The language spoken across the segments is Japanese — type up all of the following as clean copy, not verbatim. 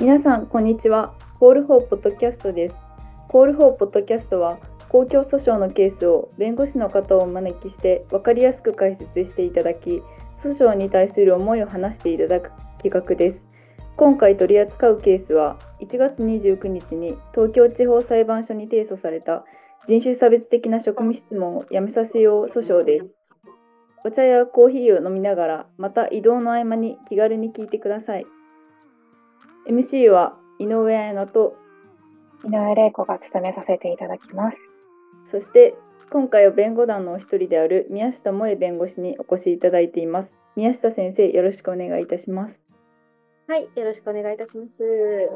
皆さん、こんにちは。コールフォーポッドキャストです。コールフォーポッドキャストは、公共訴訟のケースを弁護士の方をお招きして分かりやすく解説していただき、訴訟に対する思いを話していただく企画です。今回取り扱うケースは、1月29日に東京地方裁判所に提訴された人種差別的な職務質問をやめさせよう訴訟です。お茶やコーヒーを飲みながら、また移動の合間に気軽に聞いてください。MC は井上彩乃と井上玲子が務めさせていただきます。 そして今回は弁護団のお一人である宮下萌弁護士にお越しいただいています。宮下先生、よろしくお願いいたします。 はい、よろしくお願いいたします。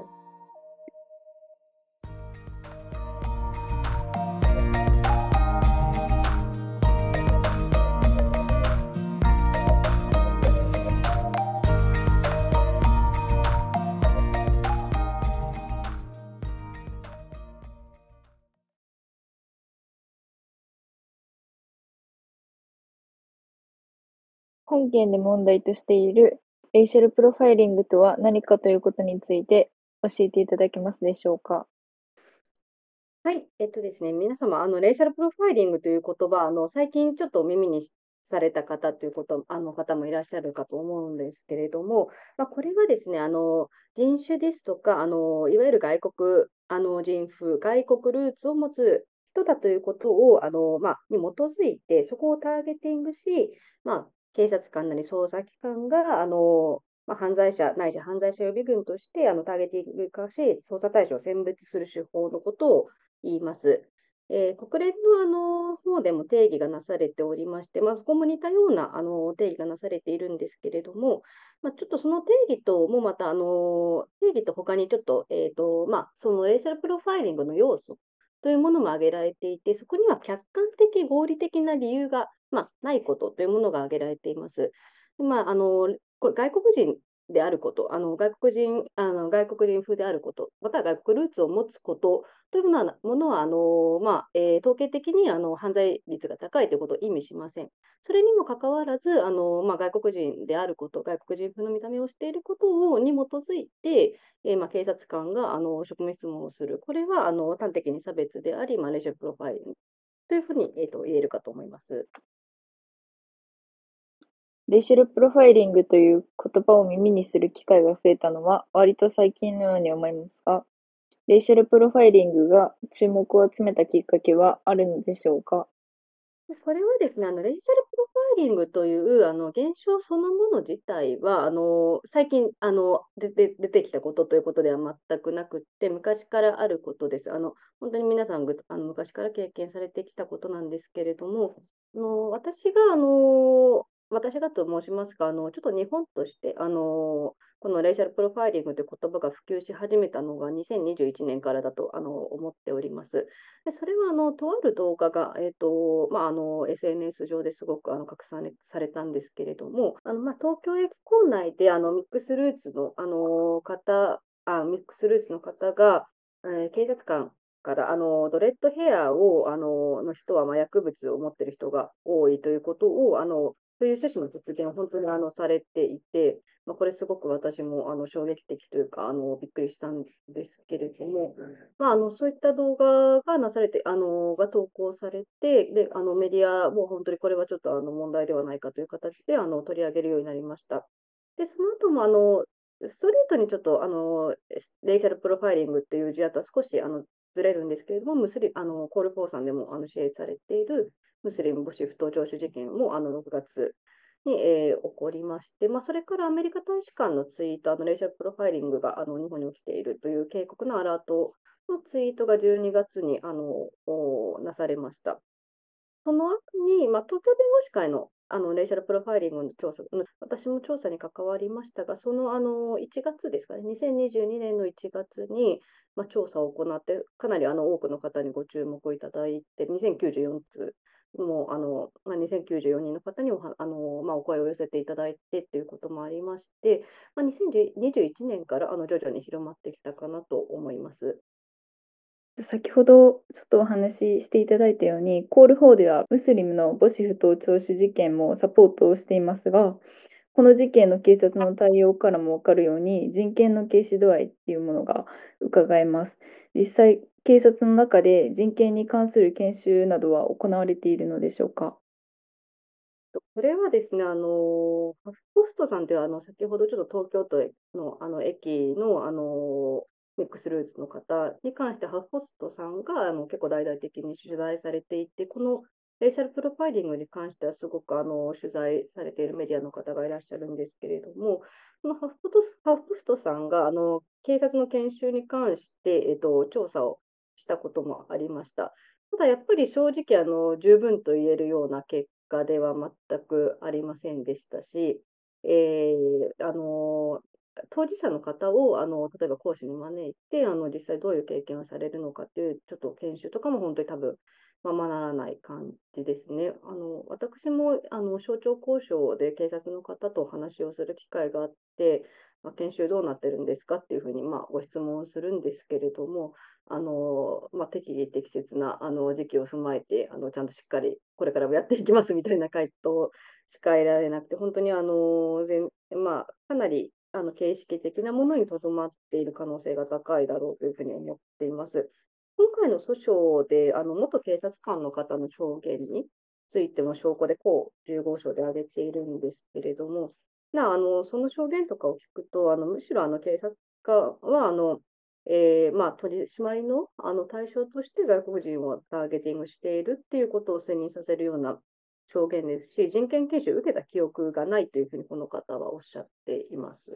本件で問題としているレイシャルプロファイリングとは何かということについて教えていただけますでしょうか。 はい、ですね、皆様、レイシャルプロファイリングという言葉、最近ちょっとお耳にされた方ということ、方もいらっしゃるかと思うんですけれども、これはですね、人種ですとか、いわゆる外国、人風、外国ルーツを持つ人だということを、に基づいて、そこをターゲティングし、警察官なり捜査機関が、犯罪者ないし犯罪者予備軍としてターゲティング化し、捜査対象を選別する手法のことを言います。国連の方でも定義がなされておりまして、そこも似たような定義がなされているんですけれども、ちょっとその定義ともまた定義と他にちょっと、そのレイシャルプロファイリングの要素というものも挙げられていて、そこには客観的、合理的な理由が、ないことというものが挙げられています。外国人であること、外国人風であること、または外国ルーツを持つことというものは、統計的に犯罪率が高いということを意味しません。それにもかかわらず、外国人であること、外国人風の見た目をしていることに基づいて、警察官が職務質問をする。これは端的に差別であり、レジャープロファイリングというふうに、言えるかと思います。 レイシャルプロファイリングという言葉を耳にする機会が増えたのは割と最近のように思いますが、レイシャルプロファイリングが注目を集めたきっかけはあるのでしょうか。 これはですね、レイシャルプロファイリングという現象そのもの自体は、最近出てきたことということでは全くなくって、昔からあることです。本当に皆さん昔から経験されてきたことなんですけれども、私がと申しますか、ちょっと日本として、このレイシャルプロファイリングという言葉が普及し始めたのが2021年からだと思っております。でそれはとある動画が、SNS 上ですごく拡散されたんですけれども、東京駅構内でミックスルーツの、ミックスルーツの方が、警察官からドレッドヘアをの人は薬物を持っている人が多いということをそういう趣旨の発言を本当にされていて、これすごく私も衝撃的というかびっくりしたんですけれども、そういった動画がなされて、が投稿されて、で、メディアも本当にこれはちょっと問題ではないかという形で取り上げるようになりました。で、その後もストレートにちょっとレイシャルプロファイリングっていう字だとは少しずれるんですけれども、ムスリコールフォーさんでも支援されているムスリム母子不当聴取事件も6月に、起こりまして、それからアメリカ大使館のツイート、レイシャルプロファイリングが日本に起きているという警告のアラートのツイートが12月になされました。その後に、東京弁護士会のレイシャルプロファイリングの調査、私も調査に関わりましたが、その1月ですかね、2022年の1月に、調査を行って、かなり多くの方にご注目いただいて、2094通も2094人の方にお声を寄せていただいてということもありまして、2021年から徐々に広まってきたかなと思います。 先ほどちょっとお話ししていただいたように、コール4ではムスリムの母子不当聴取事件もサポートをしていますが、 この事件の警察の対応からも分かるように、人権の軽視度合いっていうものが伺えます。実際、警察の中で人権に関する研修などは行われているのでしょうか。 これはですね、ハフポストさんという先ほどちょっと東京都の、駅の、ミックスルーツの方に関して、ハフポストさんが結構大々的に取材されていて、このレイシャルプロファイリングに関してはすごく取材されているメディアの方がいらっしゃるんですけれども、このハフポストさんが警察の研修に関して、調査をしたこともありました。ただやっぱり正直十分と言えるような結果では全くありませんでしたし、えーあの当事者の方を例えば講師に招いて実際どういう経験をされるのかっていうちょっと研修とかも本当に多分ままならない感じですね。私も省庁交渉で警察の方とお話をする機会があって、研修どうなってるんですかっていうふうに、ご質問をするんですけれども、適宜適切な時期を踏まえてちゃんとしっかりこれからもやっていきますみたいな回答しか得られなくて、本当にかなり形式的なものにとどまっている可能性が高いだろうというふうに思っています。今回の訴訟で元警察官の方の証言についても証拠でこう15章で挙げているんですけれども、その証言とかを聞くと、むしろ警察官は取り締まりの、対象として外国人をターゲティングしているっていうことを推認させるような証言ですし、人権研修を受けた記憶がないというふうにこの方はおっしゃっています。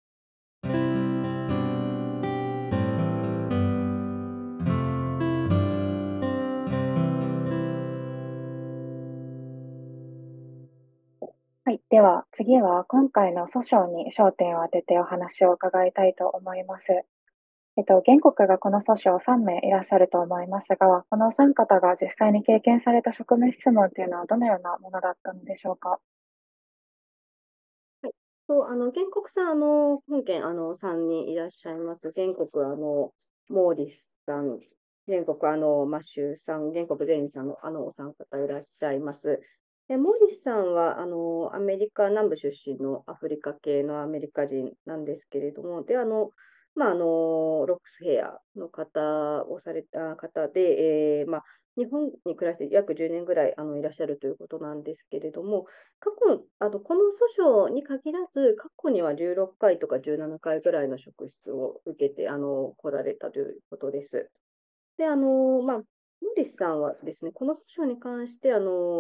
はい。では、次は今回の訴訟に焦点を当ててお話を伺いたいと思います。原告がこの訴訟3名いらっしゃると思いますが、このお三方が実際に経験された職務質問というのはどのようなものだったのでしょうか。 はい。原告さん、本件、3人いらっしゃいます。原告、モーリスさん、原告、マシューさん、原告、デニーさんの、お三方いらっしゃいます。で、モーリスさんは、アメリカ南部出身のアフリカ系のアメリカ人なんですけれども、で、ロックスヘアの方をされた方で、日本に暮らして約10年ぐらいいらっしゃるということなんですけれども、過去、この訴訟に限らず、過去には16回とか17回ぐらいの職質を受けて、来られたということです。で、モリスさんはですね、この訴訟に関して、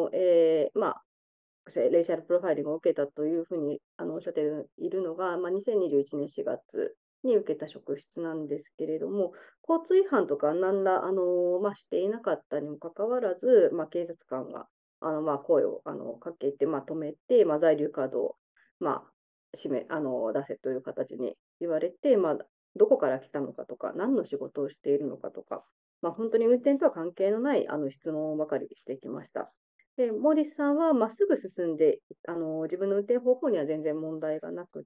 レイシャルプロファイリングを受けたというふうにおっしゃっているのが、2021年4月に受けた職質なんですけれども、交通違反とか何らしていなかったにもかかわらず、警察官が声をかけて、止めて、在留カードを、まあ、出せという形に言われて、どこから来たのかとか、何の仕事をしているのかとか、本当に運転とは関係のない質問ばかりしてきました。で、モーリスさんはまっすぐ進んで、自分の運転方法には全然問題がなくって、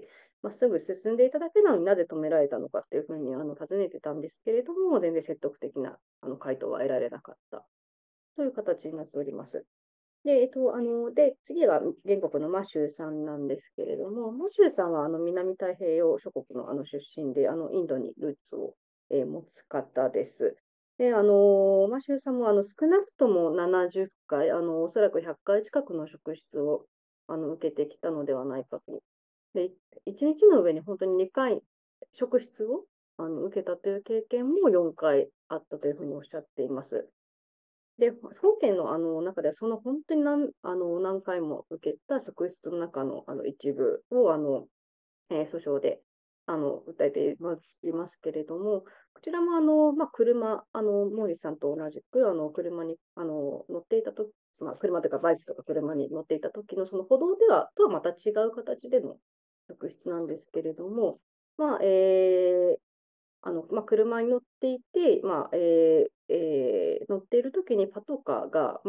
まっすぐ進んでいただけなのになぜ止められたのかっていうふうに尋ねてたんですけれども、全然説得的な回答は得られなかったという形になっております。で、次が原告のマシューさんなんですけれども、マシューさんは南太平洋諸国の出身で、インドにルーツを、持つ方です。で、マシューさんも少なくとも70回、おそらく100回近くの職質を受けてきたのではないかと。で、1日の上に本当に2回職質を受けたという経験も4回あったというふうにおっしゃっています。で、本件の中では、その本当に何回も受けた職質の中の一部を訴訟で訴えていますけれども、こちらも車、モーリーさんと同じく車に乗っていたとき、車というかバイクとか車に乗っていた時のその歩道ではとはまた違う形での職質なんですけれども、まあえー車に乗っていて、乗っている時にパトカーが、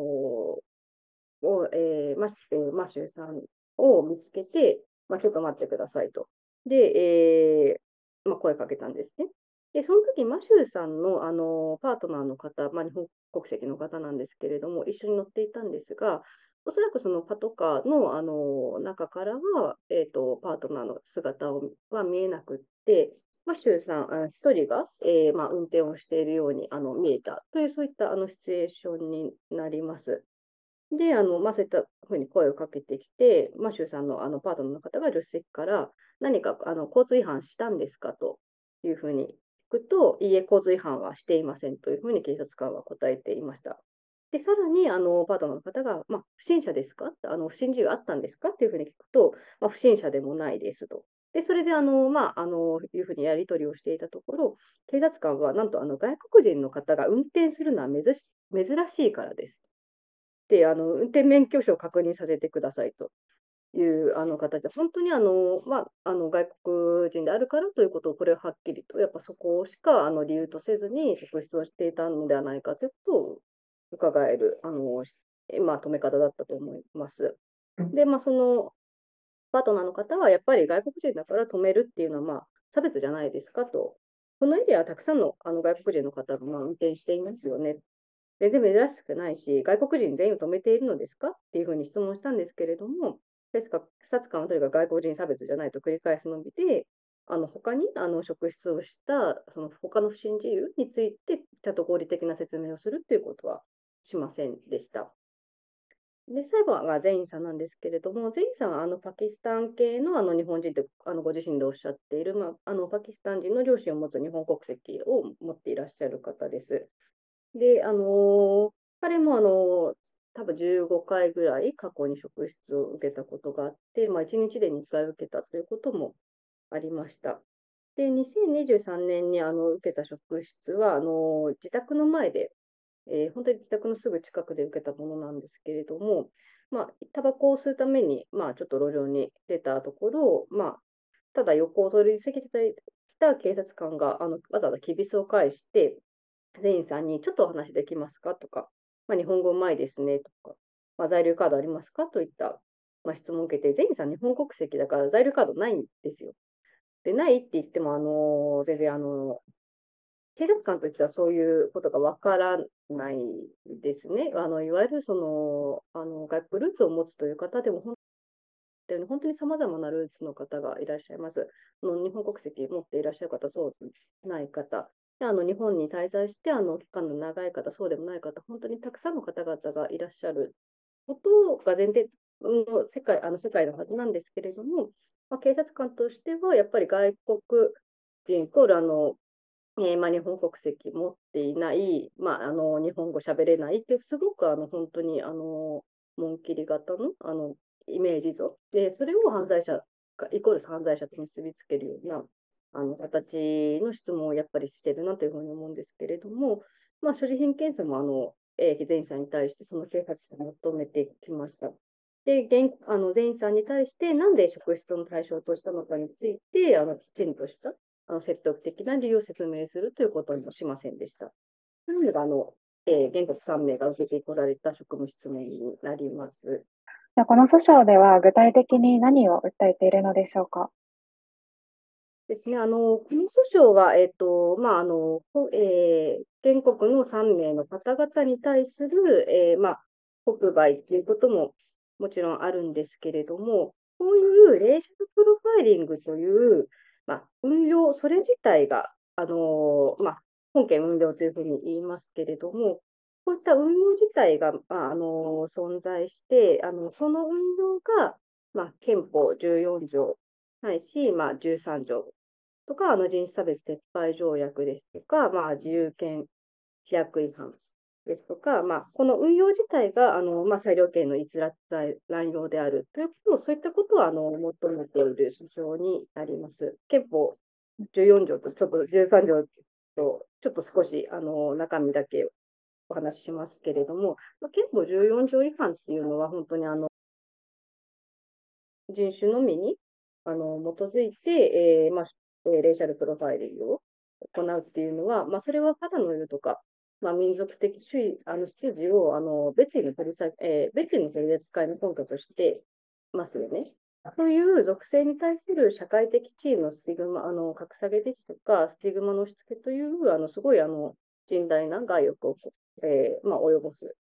マシューさんを見つけて、ちょっと待ってくださいと。で、声かけたんですね。で、その時マシューさんの、パートナーの方、日本国籍の方なんですけれども、一緒に乗っていたんですが、 おそらくそのパトカーの、中からは、パートナーの姿は見えなくって、周さん、一人が、運転をしているように見えたという、そういったシチュエーションになります。で、そういったふうに声をかけてきて、周さんのパートナーの方が助手席から、何か交通違反したんですかというふうに聞くと、いいえ、交通違反はしていませんというふうに警察官は答えていました。で、さらに、パートナーの方が、不審者ですか不審事由あったんですかっていうふうに聞くと、不審者でもないですと。で、それで、いうふうにやり取りをしていたところ、警察官は、なんと、外国人の方が運転するのは珍しいからです。で、運転免許証を確認させてくださいという形で、本当に外国人であるからということを、これをはっきりと、やっぱそこしか理由とせずに職質をしていたのではないかということを伺える、止め方だったと思います。で、そのパートナーの方は、やっぱり外国人だから止めるっていうのは、差別じゃないですかと。このエリアはたくさんの外国人の方が運転していますよね。全然珍しくないし、外国人全員を止めているのですかっていうふうに質問したんですけれども、警察官はとにかく外国人差別じゃないと繰り返すのみで、他に職質をしたその他の不審事由について、ちゃんと合理的な説明をするということはしませんでした。で、最後がゼインさんなんですけれども、ゼインさんはパキスタン系の日本人とご自身でおっしゃっている、パキスタン人の両親を持つ日本国籍を持っていらっしゃる方です。で、彼も多分15回ぐらい過去に職質を受けたことがあって、1日で2回受けたということもありました。で、2023年に受けた職質は、自宅の前で、本当に自宅のすぐ近くで受けたものなんですけれども、タバコを吸うために、ちょっと路上に出たところ、ただ横を通り過ぎてきた警察官がわざわざきびすを返して、全員さんにちょっとお話できますかとか、日本語うまいですねとか、在留カードありますかといった、質問を受けて、全員さん日本国籍だから在留カードないんですよ。で、ないって言っても、全然警察官としてはそういうことがわからないですね。いわゆるその、外国ルーツを持つという方でも、本当に様々なルーツの方がいらっしゃいます。日本国籍持っていらっしゃる方、そうでない方、で日本に滞在して、期間の長い方、そうでもない方、本当にたくさんの方々がいらっしゃることが前提の世界のはずなんですけれども、警察官としては、やっぱり外国人イコール日本国籍持っていない、日本語喋れないっていう、すごく本当に紋切り型のイメージ像で、それを犯罪者イコール犯罪者と結びつけるような形の質問をやっぱりしてるなというふうに思うんですけれども、所持品検査も全員さんに対してその警察署に求めてきました。で、全員さんに対して、なんで職質の対象としたのかについて、きちんとした説得的な理由を説明するということもしませんでした。というのが、原告3名が受けてこられた職務質問になります。 この訴訟では具体的に何を訴えているのでしょうか。 ですね、この訴訟は、原告の3名の方々に対する、国賠ということももちろんあるんですけれども、こういうレーシャルプロファイリングという、運用、それ自体が、本件運用というふうに言いますけれども、こういった運用自体が、存在して、その運用が、憲法14条ないし、13条とか、人種差別撤廃条約ですとか、自由権規約違反ですとか、この運用自体が、裁量権の逸脱乱用であるということを、そういったことを求めている訴訟になります。憲法14条とちょっと13条と、ちょっと少し中身だけお話ししますけれども、憲法14条違反っていうのは、本当に人種のみに基づいて、レーシャルプロファイリングを行うっていうのは、それは肌の色とか、民族的主義、出自を別の取り扱いの根拠としてますよね。そういう属性に対する社会的地位のスティグマ、格下げですとか、スティグマの押し付けという、すごい甚大な害悪を、及ぼす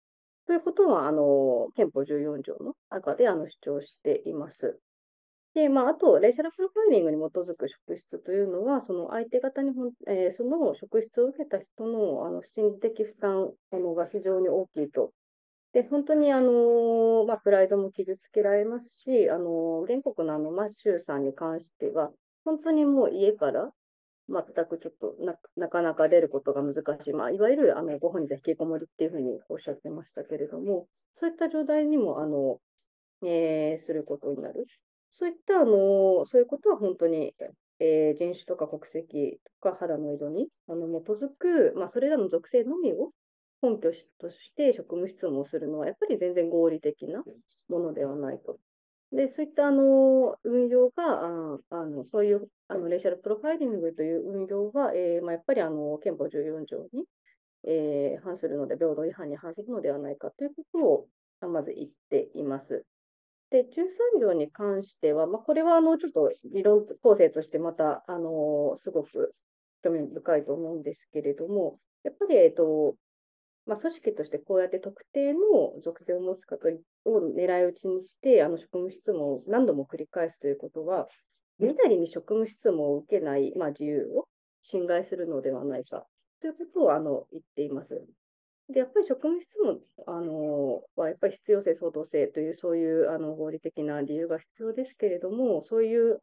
ということは、憲法14条の中で主張しています。で、あと、レイシャルプロファイリングに基づく職質というのは、その相手方にその職質を受けた人の心理的負担が非常に大きいと。で、本当にプライドも傷つけられますし、原告のマシューさんに関しては、本当にもう家から全くちょっとなかなか出ることが難しい、いわゆるご本人は引きこもりっていうふうにおっしゃってましたけれども、そういった状態にもすることになる。そういったそういうことは本当に、人種とか国籍とか肌の色に基づく、それらの属性のみを根拠として職務質問をするのは、やっぱり全然合理的なものではないと。で、そういった運用が、そういうレイシャルプロファイリングという運用は、やっぱり憲法14条に、反するので、平等違反に反するのではないかということをまず言っています。で、13条に関しては、これはちょっと理論構成としてまたすごく興味深いと思うんですけれども、やっぱり、組織としてこうやって特定の属性を持つ方を狙い撃ちにして、職務質問を何度も繰り返すということは、みだりに職務質問を受けない、自由を侵害するのではないかということを言っています。で、やっぱり職務質問は、やっぱり必要性、相当性という、そういう合理的な理由が必要ですけれども、そういう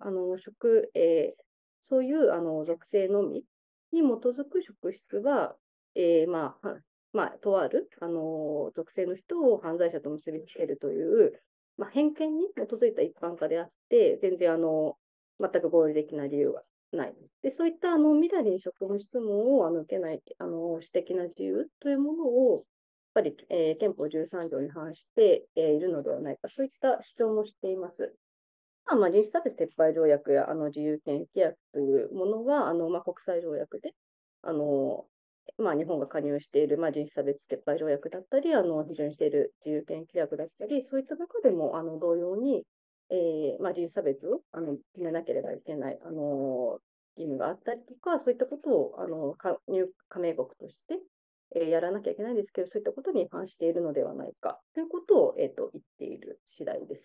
そういう属性のみに基づく職質は、とある属性の人を犯罪者と結びつけるという、偏見に基づいた一般化であって、全然全く合理的な理由はない。で、そういったみだりに職務質問を受けない私的な自由というものを、やっぱり、憲法13条に反しているのではないか、そういった主張もしています。人種差別撤廃条約や自由権規約というものは、国際条約で、あの日本が加入している、人種差別撤廃条約だったり、批准している自由権規約だったり、そういった中でも同様に、人種差別を決めなければいけない義務があったりとか、そういったことを加盟国として、やらなきゃいけないんですけど、そういったことに反しているのではないかということを、言っている次第です。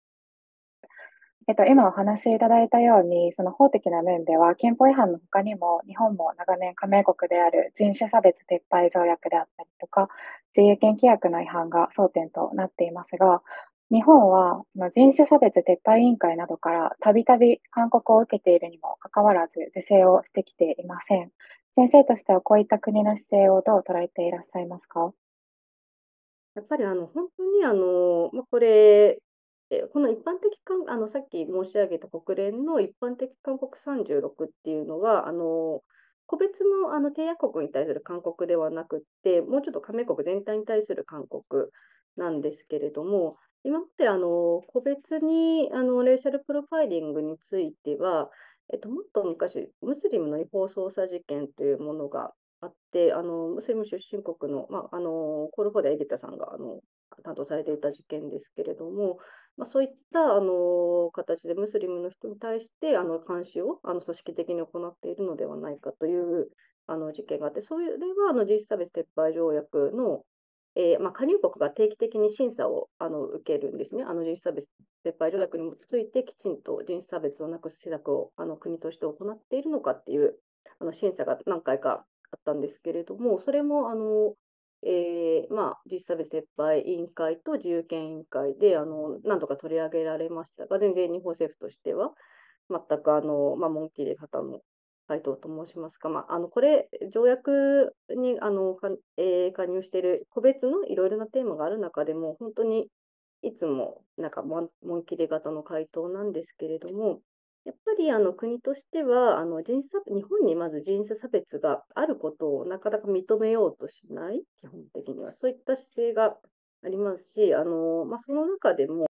今お話しいただいたように、その法的な面では、憲法違反の他にも、日本も長年加盟国である人種差別撤廃条約であったりとか、自由権規約の違反が争点となっていますが、日本はその人種差別撤廃委員会などからたびたび勧告を受けているにもかかわらず、是正をしてきていません。先生としてはこういった国の姿勢をどう捉えていらっしゃいますか？ やっぱり本当にこれ、この一般的勧さっき申し上げた国連の一般的勧告36っていうのは、個別の締約国に対する勧告ではなくって、もうちょっと加盟国全体に対する勧告なんですけれども、今まで個別にレイシャルプロファイリングについては、もっと昔、ムスリムの違法捜査事件というものがあって、ムスリム出身国の、コールフォーデ・エゲタさんが担当されていた事件ですけれども、そういった形でムスリムの人に対して監視を組織的に行っているのではないかという事件があって、それは人種差別撤廃条約の、加入国が定期的に審査を受けるんですね。人種差別撤廃条約に基づいてきちんと人種差別をなくす施策を国として行っているのかっていう審査が何回かあったんですけれども、それも人種差別撤廃委員会と自由権委員会で何とか取り上げられましたが、全然日本政府としては全く紋切り方の回答と申しますか、これ、条約に加入している個別のいろいろなテーマがある中でも、本当にいつもなんか紋切り型の回答なんですけれども、やっぱり国としては日本にまず人種差別があることをなかなか認めようとしない、基本的には。そういった姿勢がありますし、その中でも、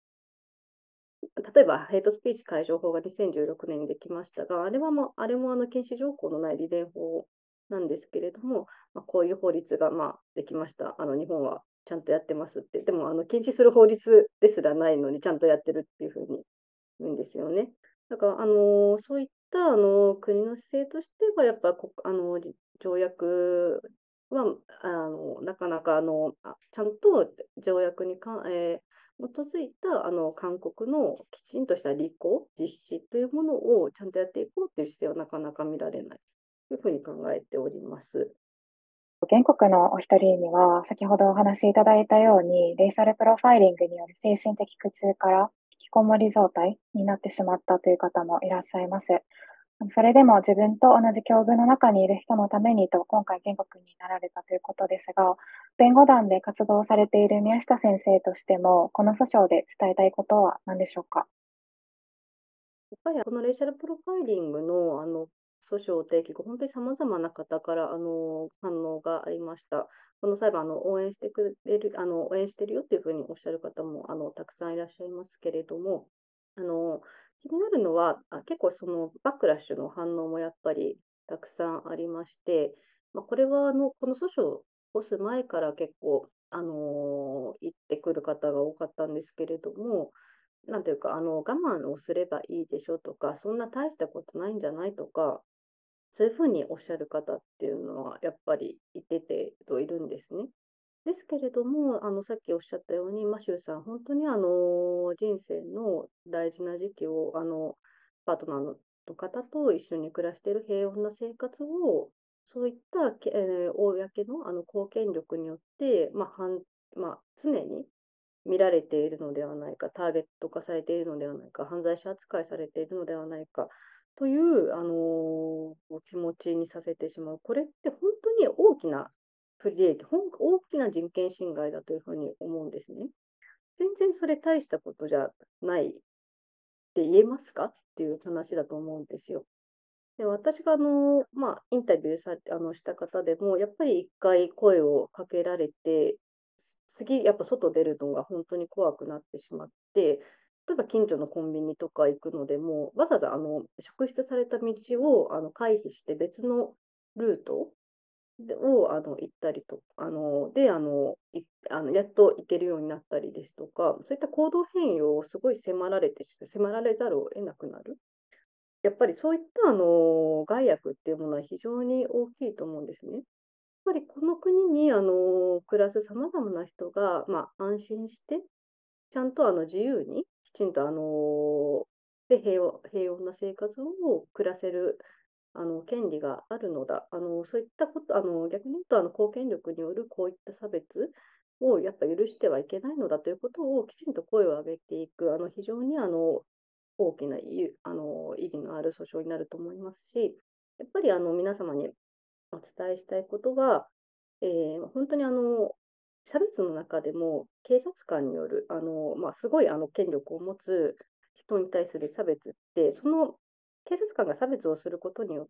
例えばヘイトスピーチ解消法が2016年にできましたが、あれも禁止条項のない理念法なんですけれども、こういう法律ができました。日本はちゃんとやってますって。でも禁止する法律ですらないのにちゃんとやってるっていうふうに言うんですよね。だから、そういった国の姿勢としては、やっぱ条約はなかなかちゃんと条約に基づいた韓国のきちんとした履行、実施というものをちゃんとやっていこうという姿勢はなかなか見られないというふうに考えております。 原告のお一人には、先ほどお話しいただいたように、レイシャルプロファイリングによる精神的苦痛から引きこもり状態になってしまったという方もいらっしゃいます。それでも自分と同じ境遇の中にいる人のためにと今回原告になられたということですが、弁護団で活動されている宮下先生としても、この訴訟で伝えたいことは何でしょうか？ やっぱりこのレイシャルプロファイリングの訴訟提起後、本当に様々な方から反応がありました。この裁判応援してくれる、応援してるよっていうふうにおっしゃる方もたくさんいらっしゃいますけれども、あの気になるのは、結構そのバックラッシュの反応もやっぱりたくさんありまして、これはこの訴訟を起こす前から結構言ってくる方が多かったんですけれども、なんというか、我慢をすればいいでしょとか、そんな大したことないんじゃないとか、そういうふうにおっしゃる方っていうのは、やっぱりいるんですね。ですけれども、さっきおっしゃったように、マシューさん、本当に人生の大事な時期を、パートナーの方と一緒に暮らしている平穏な生活を、そういった公の、公権力によって、常に見られているのではないか、ターゲット化されているのではないか、犯罪者扱いされているのではないかという、気持ちにさせてしまう。これって本当に大きな不利益、大きな人権侵害だというふうに思うんですね。全然それ大したことじゃないって言えますかっていう話だと思うんですよ。で、私がインタビューした方でも、やっぱり一回声をかけられて、次、やっぱ外出るのが本当に怖くなってしまって、例えば近所のコンビニとか行くのでも、わざわざ職質された道を回避して別のルートを行ったりと、やっと行けるようになったりですとか、そういった行動変容をすごい迫られざるを得なくなる。やっぱりそういった害悪っていうものは非常に大きいと思うんですね。やっぱりこの国に暮らす様々な人が、安心して、ちゃんと自由に、きちんと平穏な生活を暮らせる権利があるのだ。そういったこと、逆に言うと公権力によるこういった差別をやっぱ許してはいけないのだということをきちんと声を上げていく、非常に大きな意義のある訴訟になると思いますし、やっぱり皆様にお伝えしたいことは、本当に差別の中でも警察官によるすごい権力を持つ人に対する差別って、その警察官が差別をすることによって、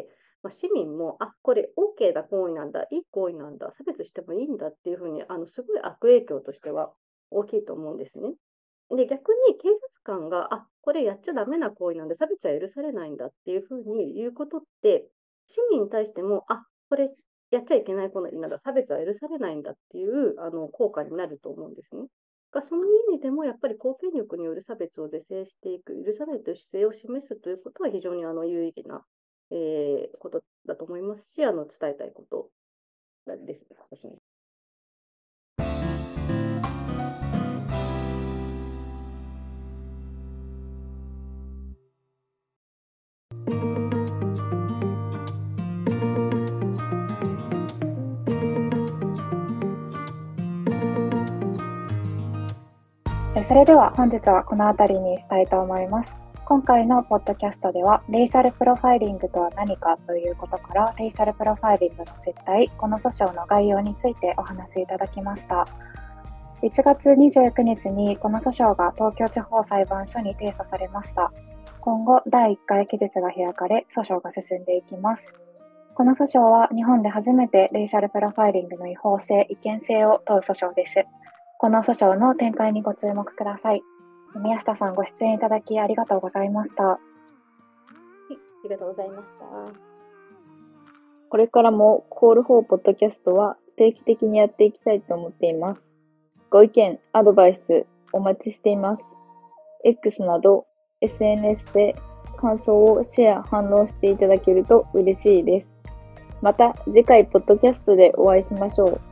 市民も、あ、これ OK な行為なんだ、いい行為なんだ、差別してもいいんだっていうふうに、すごい悪影響としては大きいと思うんですね。で、逆に警察官が、あ、これやっちゃダメな行為なんで、差別は許されないんだっていうふうに言うことって、市民に対しても、あ、これやっちゃいけない行為なんだ、差別は許されないんだっていう効果になると思うんですね。その意味でも、やっぱり公権力による差別を是正していく、許さないという姿勢を示すということは非常に有意義な、ことだと思いますし、伝えたいことです、私に。 それでは本日はこの辺りにしたいと思います。今回のポッドキャストでは、レイシャルプロファイリングとは何かということから、レイシャルプロファイリングの実態、この訴訟の概要についてお話しいただきました。1月29日にこの訴訟が東京地方裁判所に提訴されました。今後、第1回期日が開かれ、訴訟が進んでいきます。この訴訟は日本で初めてレイシャルプロファイリングの違法性、違憲性を問う訴訟です。この訴訟の展開にご注目ください。宮下さん、ご出演いただきありがとうございました。 はい、ありがとうございました。 これからもコール4ポッドキャストは定期的にやっていきたいと思っています。ご意見、アドバイスお待ちしています。X など SNS で感想をシェア、反応していただけると嬉しいです。 また次回ポッドキャストでお会いしましょう。